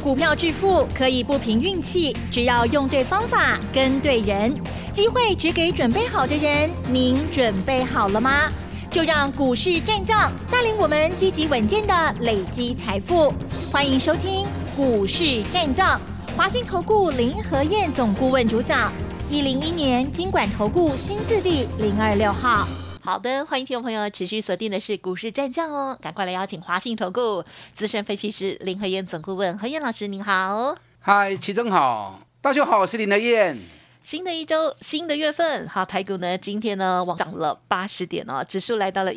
股票致富可以不凭运气，只要用对方法、跟对人，机会只给准备好的人。您准备好了吗？就让股市战将带领我们积极稳健的累积财富。欢迎收听股市战将，华信投顾林和彥总顾问主讲，101年金管投顾新字第026号。好的，欢迎听众朋友持续锁定的是股市战将哦，赶快来邀请华信投顾资深分析师林和彥总顾问，和彥老师您好。 嗨，齐正好，大家好，我是林和彥。 新的一周，新的月份，好，台股呢今天呢涨了80点哦，指数来到了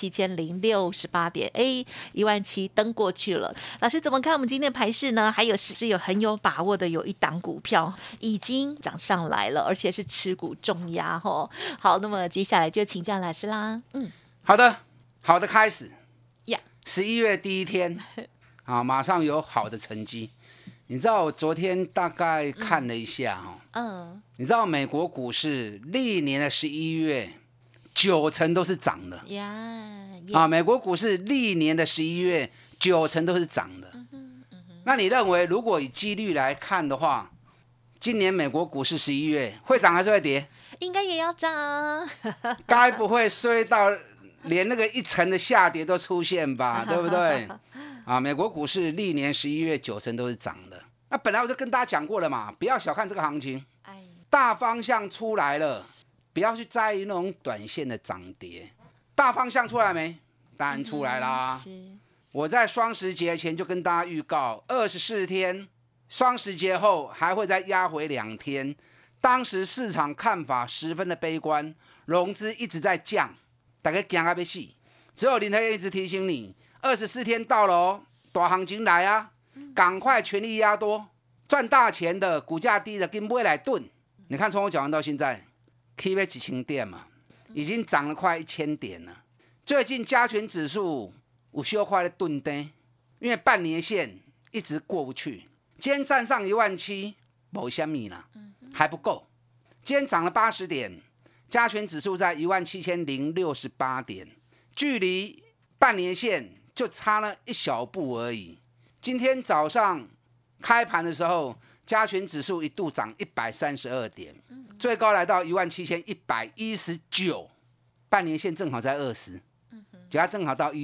17068点，17000登过去了。老师怎么看我们今天的盘势呢？还有是有很有把握的，有一档股票已经涨上来了，而且是持股重压哦。好，那么接下来就请教老师啦。 好的开始呀。 11月第一天啊，马上有好的成绩。你知道我昨天大概看了一下你知道美国股市历年的11月90%都是涨的美国股市历年的11月90%都是涨的。那你认为如果以几率来看的话，今年美国股市11月会涨还是会跌？ 应该也要涨该不会衰到连那个1成的下跌都出现吧对不对美国股市历年11月90%都是涨的。那本来我就跟大家讲过了嘛，不要小看这个行情，大方向出来了，不要去在意那种短线的涨跌。大方向出来没？当然出来啦。我在双十节前就跟大家预告，24天，双十节后还会再压回2天。当时市场看法十分的悲观，融资一直在降，大家惊到要死。只有林和彥一直提醒你，24天到了哦，大行情来啊，赶快全力压多，赚大钱的股价低的跟不会来炖。你看从我讲完到现在 K 位1000点嘛，已经涨了快1000点了。最近加权指数有小块的钝跌，因为半年线一直过不去。今天站上17000，没什么啦，还不够。今天涨了80点，加权指数在17068点，距离半年线就差了一小步而已。今天早上开盘的时候，加权指数一度涨132点，最高来到17119，半年线正好在20，就它正好到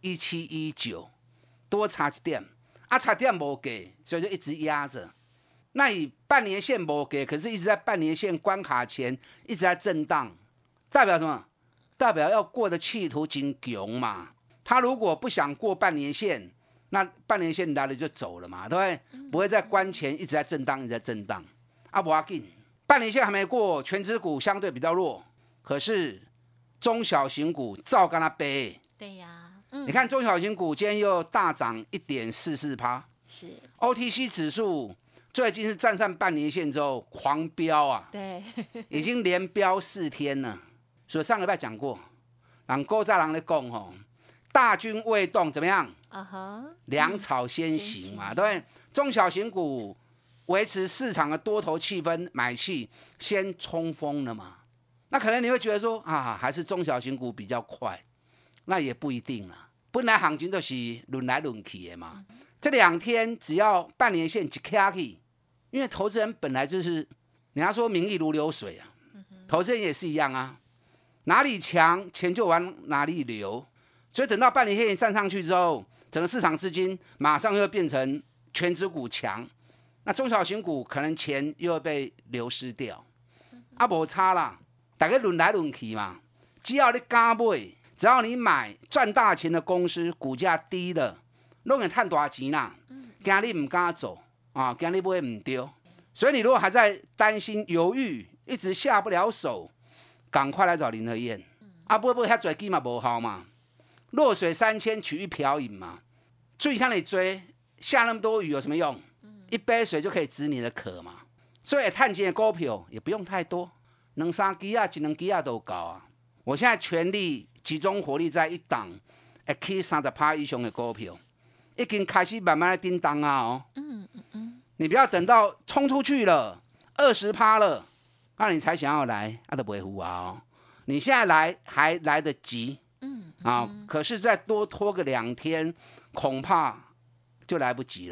1719，多差一点差点没给，所以就一直压着。那以半年线没给，可是一直在半年线关卡前一直在震荡，代表什么？代表要过的企图真强嘛。他如果不想过半年线，那半年线来了就走了嘛，对不对？不会在关前一直在震荡，一直在震荡。不要紧，半年线还没过，全指股相对比较弱，可是中小型股照跟它背。 对呀， 你看中小型股今天又大涨1.44%， 是 OTC 指数最近是站上半年线之后狂飙啊， 对， 已经连飙4天了。所以上礼拜讲过，人古早人在讲大军未动怎么样？粮草先行嘛，对不对？中小型股维持市场的多头气氛，买气先冲锋了嘛。那可能你会觉得说还是中小型股比较快，那也不一定啦。本来行情都是轮来轮去的嘛。这2天只要半年线一卡去，因为投资人本来就是人家说民意如流水啊，投资人也是一样啊，哪里强钱就往哪里流。所以等到半年线站上去之后，整个市场资金马上又变成全指股强，那中小型股可能钱又会被流失掉。没差啦，大家轮来轮去嘛。只要你敢买，只要你买赚大钱的公司，股价低了，都会赚大钱啦。今日不敢走今日买不对。所以你如果还在担心犹豫，一直下不了手，赶快来找林和彥。买遐多支嘛无效嘛。弱水3000取一瓢饮嘛，水向你追，下那么多雨有什么用？一杯水就可以止你的渴嘛。所以赚钱的股票也不用太多，2、3支1、2支都够啊。我现在全力集中火力在一档会起30%以上的股票，已经开始慢慢的叮当啊你不要等到冲出去了20%了，那你才想要来，都不会糊啊你现在来还来得及。可是再多拖个2天，恐怕就来不及了。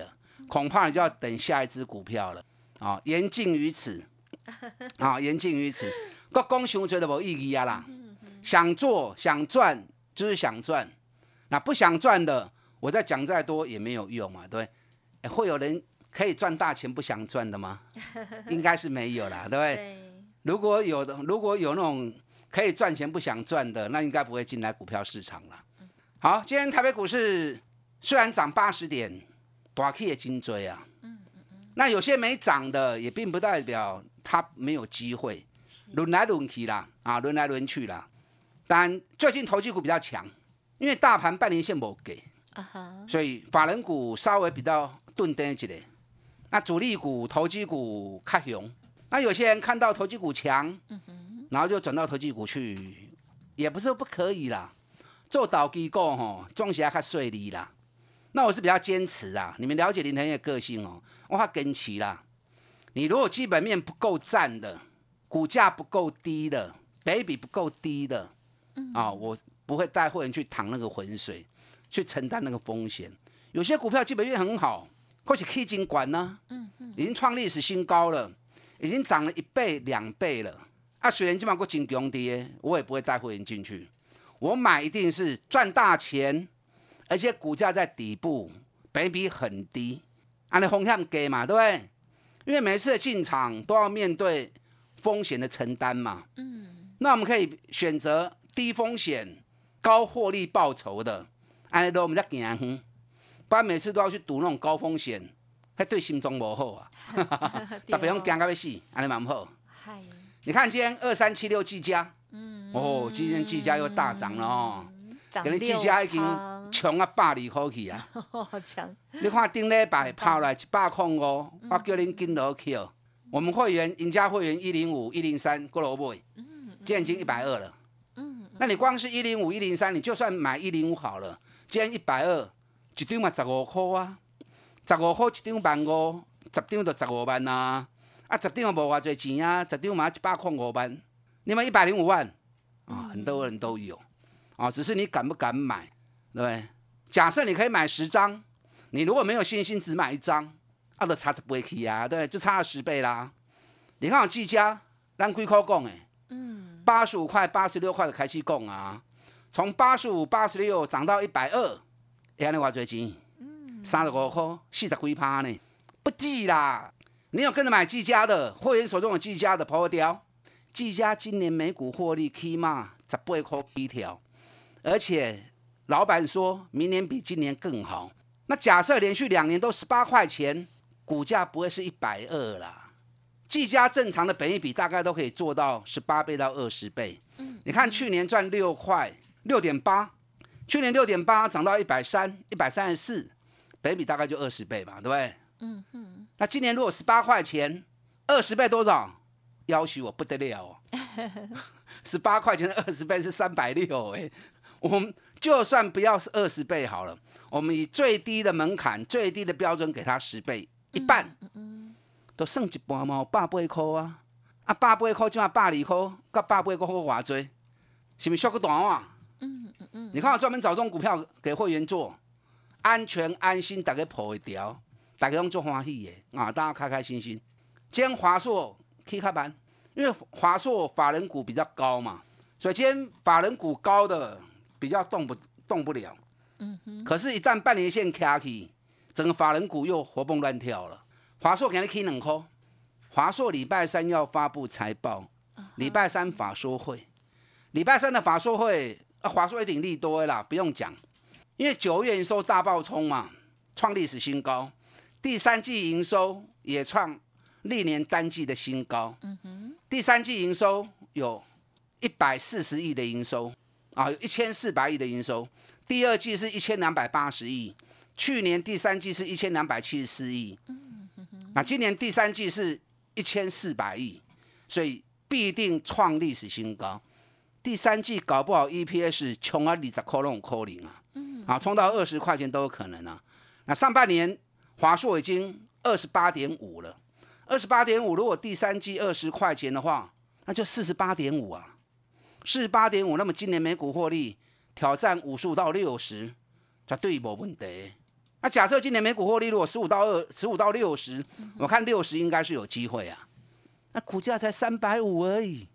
恐怕你就要等下一只股票了。言尽于此，言尽于此。我讲伤多就没意义啊啦。想做想赚就是想赚，那不想赚的，我再讲再多也没有用嘛，对不对？会有人可以赚大钱不想赚的吗？应该是没有啦，对不对？ 对， 如果有那种可以赚钱不想赚的，那应该不会进来股票市场了。好，今天台北股市虽然涨80点，大起的真多啊。那有些没涨的，也并不代表它没有机会，轮来轮去啦，轮来轮去啦。但最近投机股比较强，因为大盘半年线没给，所以法人股稍微比较钝定一点。那主力股、投机股较强。那有些人看到投机股强，然后就转到投机股去，也不是不可以啦。做投机股总是要较顺利啦。那我是比较坚持啊，你们了解林腾燕的个性我较坚持啦。你如果基本面不够赞的，股价不够低的，本益不够低的，我不会带会员去淌那个浑水，去承担那个风险。有些股票基本面很好，或是基金管呢，已经创历史新高了，已经涨了1倍、2倍了。虽然基本上真强跌，我也不会带会员进去。我买一定是赚大钱，而且股价在底部，本益比很低，这样风险低嘛，对不对？因为每次的进场都要面对风险的承担嘛。那我们可以选择低风险、高获利报酬的，这样我们才走远。不然每次都要去赌那种高风险，那对心中不好啊。特别用惊到要死，这样蛮不好。你看今天2376技嘉，今天技嘉又大涨了今天技嘉已经冲啊120块去啊！ 好强！ 你看顶礼拜抛来105，我叫您跟落去哦。我们会员赢家会员105、103过了买，今天已经120了。那你光是105、103，你就算买105好了，今天120，一张嘛15块啊，15块一张15000，10张就15万啊。10张也无偌多钱啊，10张嘛105万，你们105万很多人都有只是你敢不敢买，对不对？假设你可以买10张，你如果没有信心只买1张，就差10倍去啊，对，就差了10倍啦。你看我技嘉，咱几块讲的，85块、86块就开始讲啊，从85、86涨到120，你看你偌多钱？35块，40几%呢，不济啦。你有跟着买技嘉的，会员手中有技嘉的抛掉，技嘉今年每股获利起码18块起跳，而且老板说明年比今年更好。那假设连续2年都18块钱，股价不会是120啦。技嘉正常的本益比大概都可以做到18倍到20倍。你看去年赚6块6.8，去年6.8涨到130、134，本益比大概就20倍嘛，对不对？那今年如果18块钱，20倍多少？要求我不得了18块钱的20倍是360我们就算不要是20倍好了，我们以最低的门槛、最低的标准给它10倍，一半，都剩一半嘛，180块啊，180块就要120块，跟180块好偌多，是不是俗个大碗？你看我专门找这种股票给会员做，安全安心，大家抱一条。大家都做欢喜的大家开开心心。今天华硕起较慢，因为华硕法人股比较高嘛，所以今天法人股高的比较动不了。可是，一旦半年线卡起，整个法人股又活蹦乱跳了。华硕今天起2块，华硕礼拜3要发布财报，礼拜3法说会，礼拜3的法说会，华硕一定利多的啦，不用讲，因为9月营收大爆冲嘛，创历史新高。第3季营收也创历年单季的新高，第3季营收有140亿的营收有1400亿的营收，第2季是1280亿，去年第3季是1274亿，那今年第3季是1400亿，所以必定创历史新高。第3季搞不好 EPS 冲到20块都有可能冲到20块钱都有可能啊。那上半年华硕已经28.5了，28.5如果第3季20块钱的话，那就48.5啊，48.5，那么今年每股获利挑战55到60，绝对没问题。 那假设今年每股获利如果15到60，我看60应该是有机会啊。那股价才350而已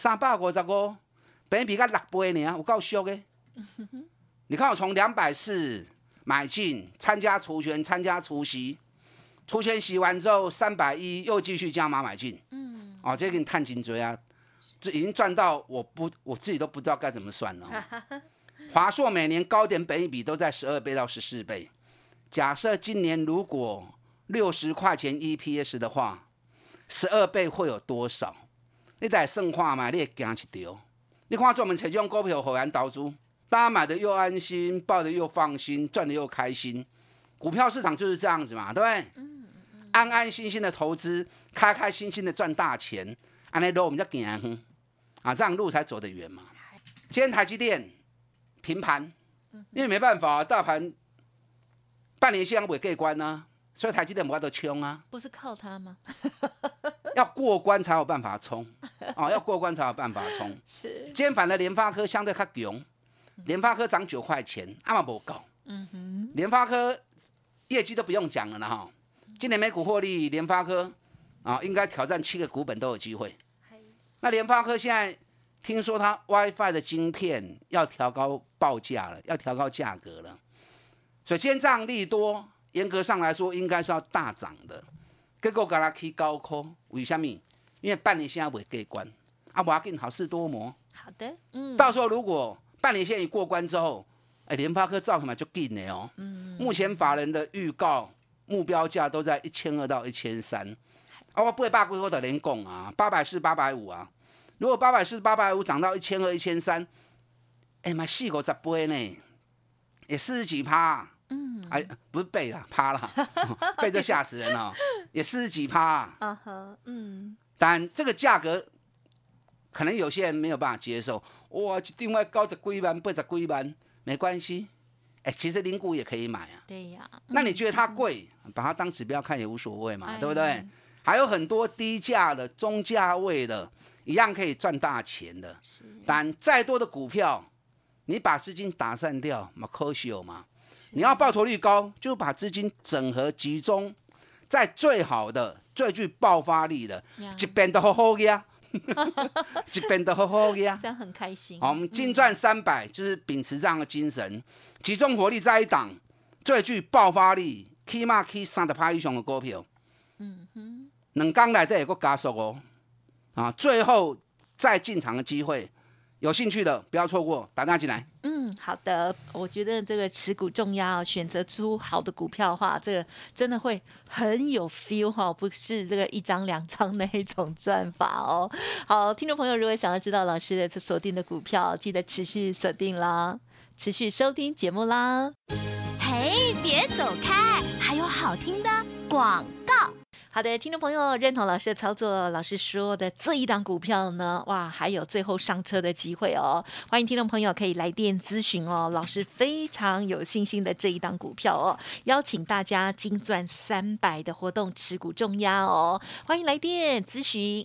，355，本益比才6倍呢，有够俗的。你看我从240买进，参加除权，参加除息，除权息完之后310又继续加码买进，这给你探金追啊，这已经赚到我自己都不知道该怎么算了。华硕每年高点本益比都在12倍到14倍，假设今年如果60块钱 EPS 的话，12倍会有多少？你得算看嘛，你会惊一跳。你看专门找这种股票会员投资，大家买的又安心，抱的又放心，赚的又开心。股票市场就是这样子嘛，对不对？安安心心的投资，开开心心的赚大钱，安尼路我们才行啊，这样路才走得远嘛。今天台积电平盘，因为没办法，大盘半年线未过关啊，所以台积电没得冲啊。 不是靠它吗？ 要过关才有办法冲，要过关才有办法冲。 是。 今天反而联发科相对较强，联发科涨9块钱，嘛不够。联发科业绩都不用讲了呢哈。今年每股获利，联发科应该挑战7个股本都有机会。那联发科现在听说它 WiFi 的晶片要调高报价了，要调高价格了，所以今天这样利多，严格上来说应该是要大涨的，结果给它起高空，为什么？因为半年线还未过关，不要紧，好事多磨。 好的， 到时候如果半年线一过关之后，联发科照起来就紧的哦。目前法人的预告目标价都在1200到1300，我800几我就连讲啊，840、850啊。如果840、850涨到1200、1300，嘛40-50倍呢，也40几%。不是倍啦，趴啦，倍就吓死人了，也40几%。但这个价格可能有些人没有办法接受，哇，另外90几万、80几万，没关系。其实零股也可以买啊。 对呀。 那你觉得它贵，把它当指标看也无所谓嘛，对不对？还有很多低价的、中价位的，一样可以赚大钱的。但再多的股票，你把资金打散掉，嘛可惜嘛。你要报酬率高，就把资金整合集中在最好的、最具爆发力的，一边都好好呀，一边都好好呀， 这样很开心。 好，我们金赚300，就是秉持这样的精神，集中火力在一档最具爆发力，起码去30%以上的股票。2天内底会再加速哦，最后再进场的机会。有兴趣的不要错过，打电话进来。 好的，我觉得这个持股重要，选择出好的股票的话，这个真的会很有 feel 哈，不是这个1张2张那一种赚法哦。好，听众朋友，如果想要知道老师的锁定的股票，记得持续锁定啦，持续收听节目啦。 嘿，别走开，还有好听的广告。 好的，听众朋友，认同老师的操作，老师说的这一档股票呢，哇，还有最后上车的机会哦。欢迎听众朋友可以来电咨询哦，老师非常有信心的这一档股票哦，邀请大家金赚300的活动，持股重压哦。欢迎来电咨询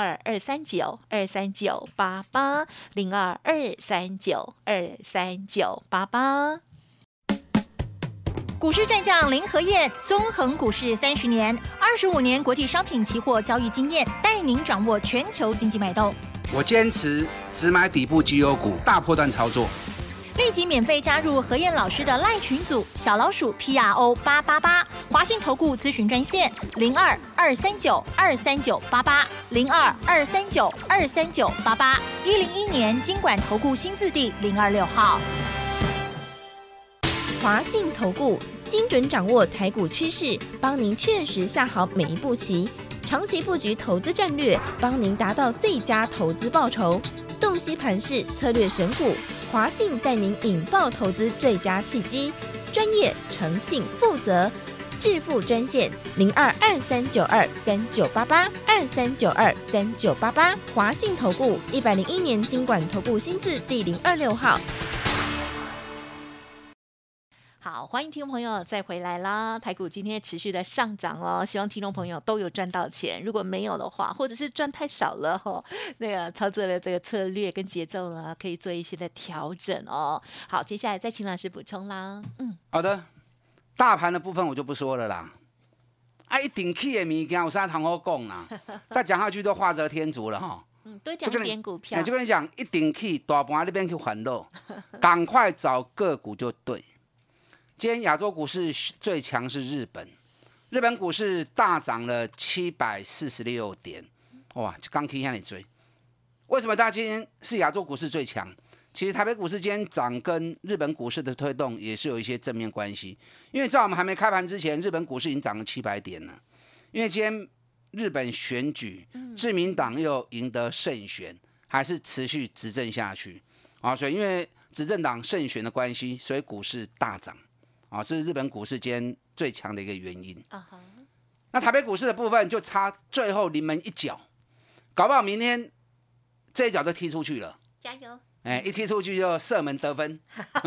02-239-23988 02-239-23988。 股市战将林和彥，纵横股市30年，25年国际商品期货交易经验，带您掌握全球经济脉动。 我坚持只买底部绩优股，大波段操作。 立即免费加入和彥老师的赖群组，小老鼠 PRO888，华信投顾咨询专线02-239-23988 02-239-23988，101年金管投顾新字第026号。 华信投顾精准掌握台股趋势，帮您确实下好每一步棋，长期布局投资战略，帮您达到最佳投资报酬。洞悉盘势，策略选股，华信带您引爆投资最佳契机，专业、诚信、负责。致富专线02-2392-3988 2392-3988，华信投顾101年金管投顾新字第026号。 好，欢迎听众朋友再回来啦！台股今天持续的上涨哦，希望听众朋友都有赚到钱。如果没有的话，或者是赚太少了那个操作的这个策略跟节奏呢，可以做一些的调整哦。好，接下来再请老师补充啦。 好的， 大盘的部分我就不说了啦。一定起的物件有啥通好讲啦？再讲下去都画蛇添足了哈。 多讲一点股票。 就跟你讲，一定起大盘那边去烦恼，赶快找个股就对。今天亚洲股市最强是日本，日本股市大涨了746点，哇，刚可以向你追。为什么大家今天是亚洲股市最强？其实台北股市今天涨跟日本股市的推动也是有一些正面关系，因为在我们还没开盘之前，日本股市已经涨了700点了。因为今天日本选举，自民党又赢得胜选，还是持续执政下去啊，所以因为执政党胜选的关系，所以股市大涨啊，这是日本股市今天最强的一个原因。那台北股市的部分就差最后临门一脚，搞不好明天这一脚就踢出去了。 加油！ 一踢出去就射门得分，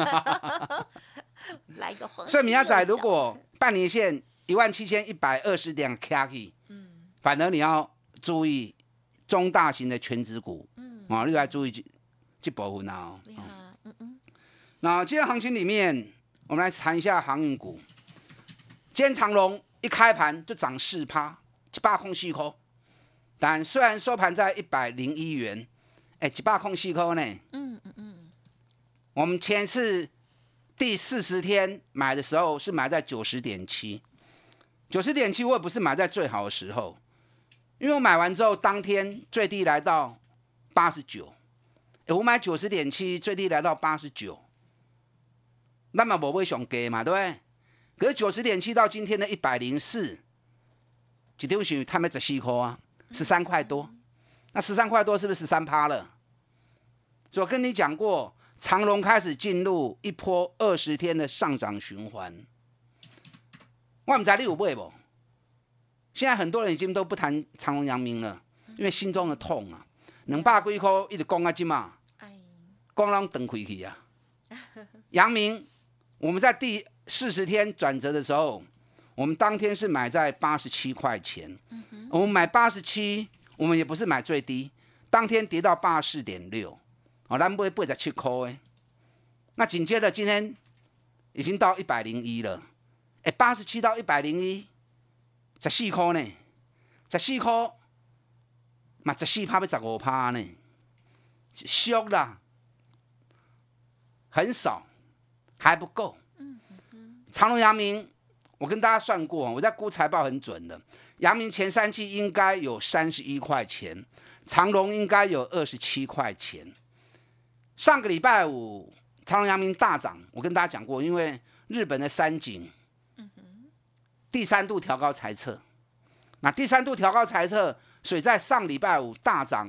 来一个黄金。 所以明仔载如果半年线17120点卡起，反而你要注意中大型的全指股，你要注意这部分啊。那今天行情里面，我们来谈一下航运股。今天长荣一开盘就涨4%，104块。但虽然收盘在101元。104块呢？我们前次第40天买的时候是买在90.7，90.7我也不是买在最好的时候，因为我买完之后当天最低来到89，我买90.7最低来到89，那么我不会上低嘛，对不对？可是90.7到今天的104，一张是他们14块啊，13块多。那13块多是不是13%了？所以我跟你讲过，长荣开始进入一波20天的上涨循环。我不知道你有买不？现在很多人已经都不谈长荣阳明了，因为心中的痛啊，200几块一直讲啊，今嘛，讲让等回去啊。阳明，我们在第40天转折的时候，我们当天是买在87块钱，我们买87。我们也不是买最低，当天跌到84.6，咱买87块的。那紧接着今天已经到101了，87到101，14块呢，14块嘛14%要15%呢，俗啦，很少，还不够。长荣阳明，我跟大家算过，我在估财报很准的。阳明前3季应该有31块钱，长荣应该有27块钱。上个礼拜五，长荣阳明大涨，我跟大家讲过，因为日本的三井第3度调高财测，那第3度调高财测，所以在上礼拜五大涨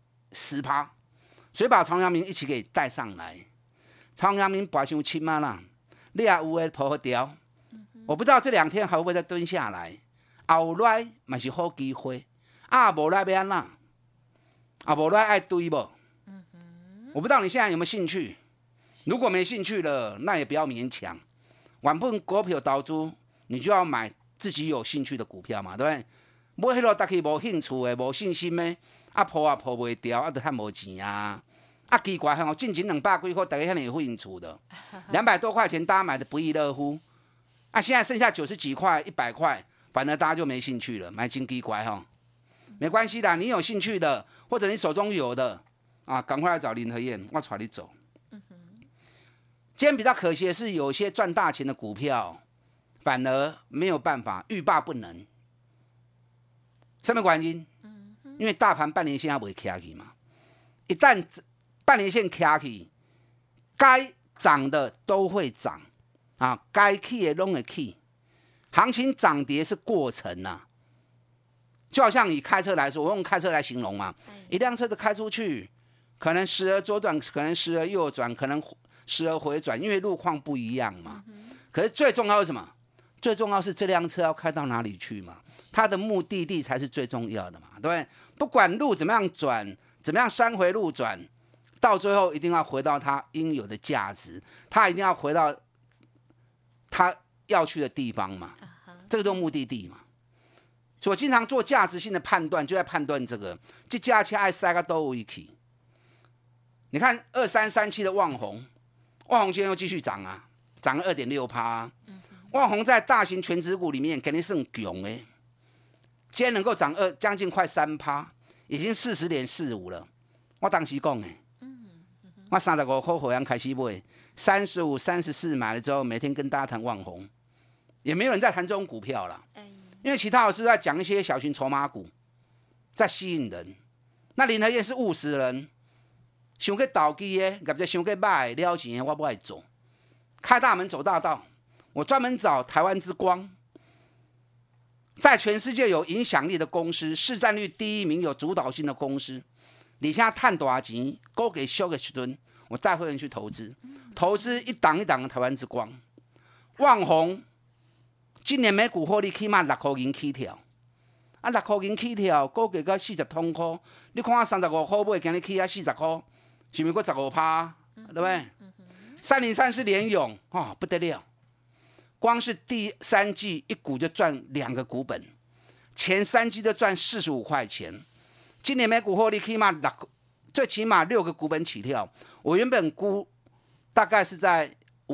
10%，所以把长荣阳明一起给带上来。长荣阳明不伤轻嘛啦，你也有的抱调，我不知道这2天还会不会再蹲下来。后来嘛是好机会，无来要安怎？无来爱追不？我不知道你现在有没有兴趣。如果没兴趣了，那也不要勉强。原本股票投资，你就要买自己有兴趣的股票嘛，对不对？买迄落大家无兴趣的、无信心的，抱也抱袂掉，就赚无钱啊！奇怪吼，进前200几块，大家遐尼有兴趣的，200多块钱大家买的不亦乐乎。现在剩下90几块、100块。反而大家就没兴趣了，买金鸡乖哈，没关系的，你有兴趣的，或者你手中有的赶快来找林和燕，我带你走。今天比较可惜的是，有些赚大钱的股票，反而没有办法，欲罢不能。什么原因？因为大盘半年线还不会卡起嘛，一旦半年线卡起，该涨的都会涨该起的都会起。行情涨跌是过程就好像以开车来说，我用开车来形容嘛，一辆车子开出去，可能时而左转，可能时而右转，可能时而回转，因为路况不一样嘛。可是最重要是什么？最重要是这辆车要开到哪里去嘛？它的目的地才是最重要的嘛，对不对？不管路怎么样转，怎么样山回路转，到最后一定要回到它应有的价值，它一定要回到它要去的地方嘛，这个就是目的地嘛。所以我经常做价值性的判断，就在判断这个，这价钱爱塞个都有一起。你看2337的旺宏今天又继续涨涨了2.6%。 旺宏在大型全指股里面肯定是很强的，今天能够涨将近快3%，已经40.45了。我当时讲的，我35块会员开始买，35、34买了之后，每天跟大家谈旺宏，也没有人在谈这种股票了，因为其他老师在讲一些小型筹码股，在吸引人。那林和燕是务实的人，想去投机的，或者想去买了钱的，我不爱做。开大门走大道，我专门找台湾之光，在全世界有影响力的公司，市占率第1名、有主导性的公司，你现在赚多少钱，勾给修个时阵，我带会员去投资，投资一档一档的台湾之光。旺宏今年每股获利起码6块钱起跳，啊6块钱起跳，估计到40通块，你看我35块买，今日起啊40块，是不是还15%？对不对？303是联咏，不得了，光是第3季一股就赚2个股本，前3季就赚45块钱。今年每股获利起码最起码6个股本起跳，我原本估大概是在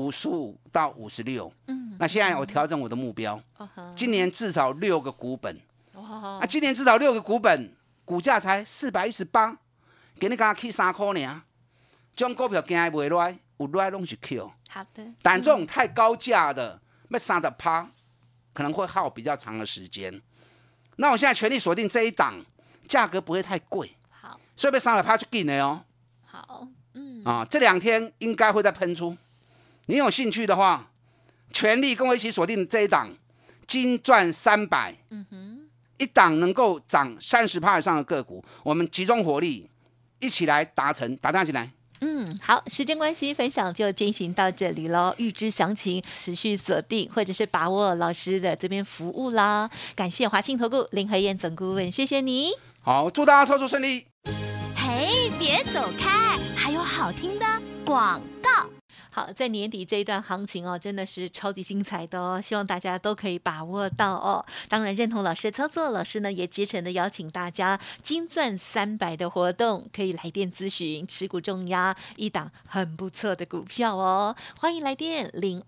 55到56，那现在我调整我的目标，今年至少6个股本，今年至少6个股本，股价才418，今日刚起3块而，这种股票今日卖来，有来拢是 Q。 好的， 但这种太高价的，要30%，可能会耗比较长的时间。那我现在全力锁定这一档，价格不会太贵， 好， 所以要30%就紧的哦。 好， 这2天应该会再喷出。你有兴趣的话，全力跟我一起锁定这一档，金赚300，一档能够涨30%以上的个股，我们集中火力，一起来达成，打电话进来。 好，时间关系，分享就进行到这里咯。预知详情，持续锁定或者是把握老师的这边服务啦。感谢华信投顾林和燕总顾问，谢谢你。 好，祝大家操作顺利。 嘿，别走开，还有好听的广告。 好，在年底这一段行情哦，真的是超级精彩的哦，希望大家都可以把握到哦。当然认同老师的操作，老师呢也竭诚的邀请大家金钻300的活动，可以来电咨询持股重压一档很不错的股票哦。欢迎来电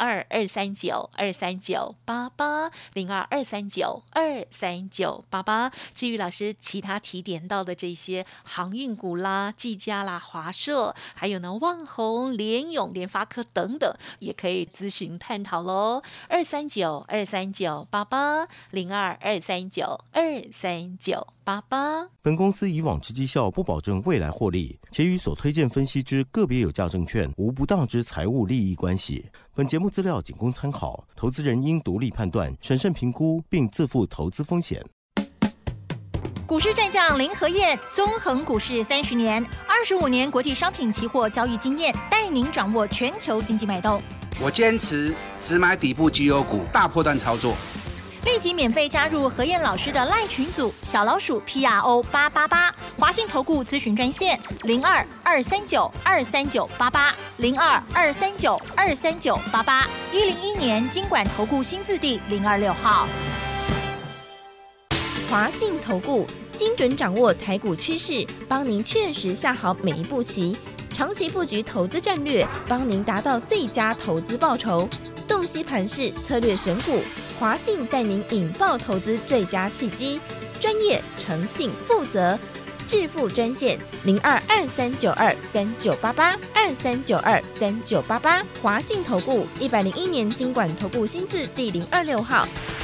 02-239-23988，02-239-23988。至于老师其他提点到的这些航运股啦、技嘉啦、华硕，还有呢旺宏、联咏、联发科等等，也可以咨询探讨咯。239-23988，02-239-23988。 本公司以往之绩效不保证未来获利，且与所推荐分析之个别有价证券无不当之财务利益关系。本节目资料仅供参考，投资人应独立判断、审慎评估，并自负投资风险。 股市战将林和燕，纵横股市30年，25年国际商品期货交易经验，带您掌握全球经济脉动。 我坚持只买底部绩优股，大波段操作。 立即免费加入和燕老师的LINE群组，小老鼠 PRO888，华信投顾咨询专线02-239-23988，02-239-23988，101年金管投顾新字第026号。 华信投顾精准掌握台股趋势，帮您确实下好每一步棋，长期布局投资战略，帮您达到最佳投资报酬。洞悉盘势，策略选股，华信带您引爆投资最佳契机，专业、诚信、负责。致富专线02-2392-3988，2392-3988。华信投顾101年金管投顾新字第026号。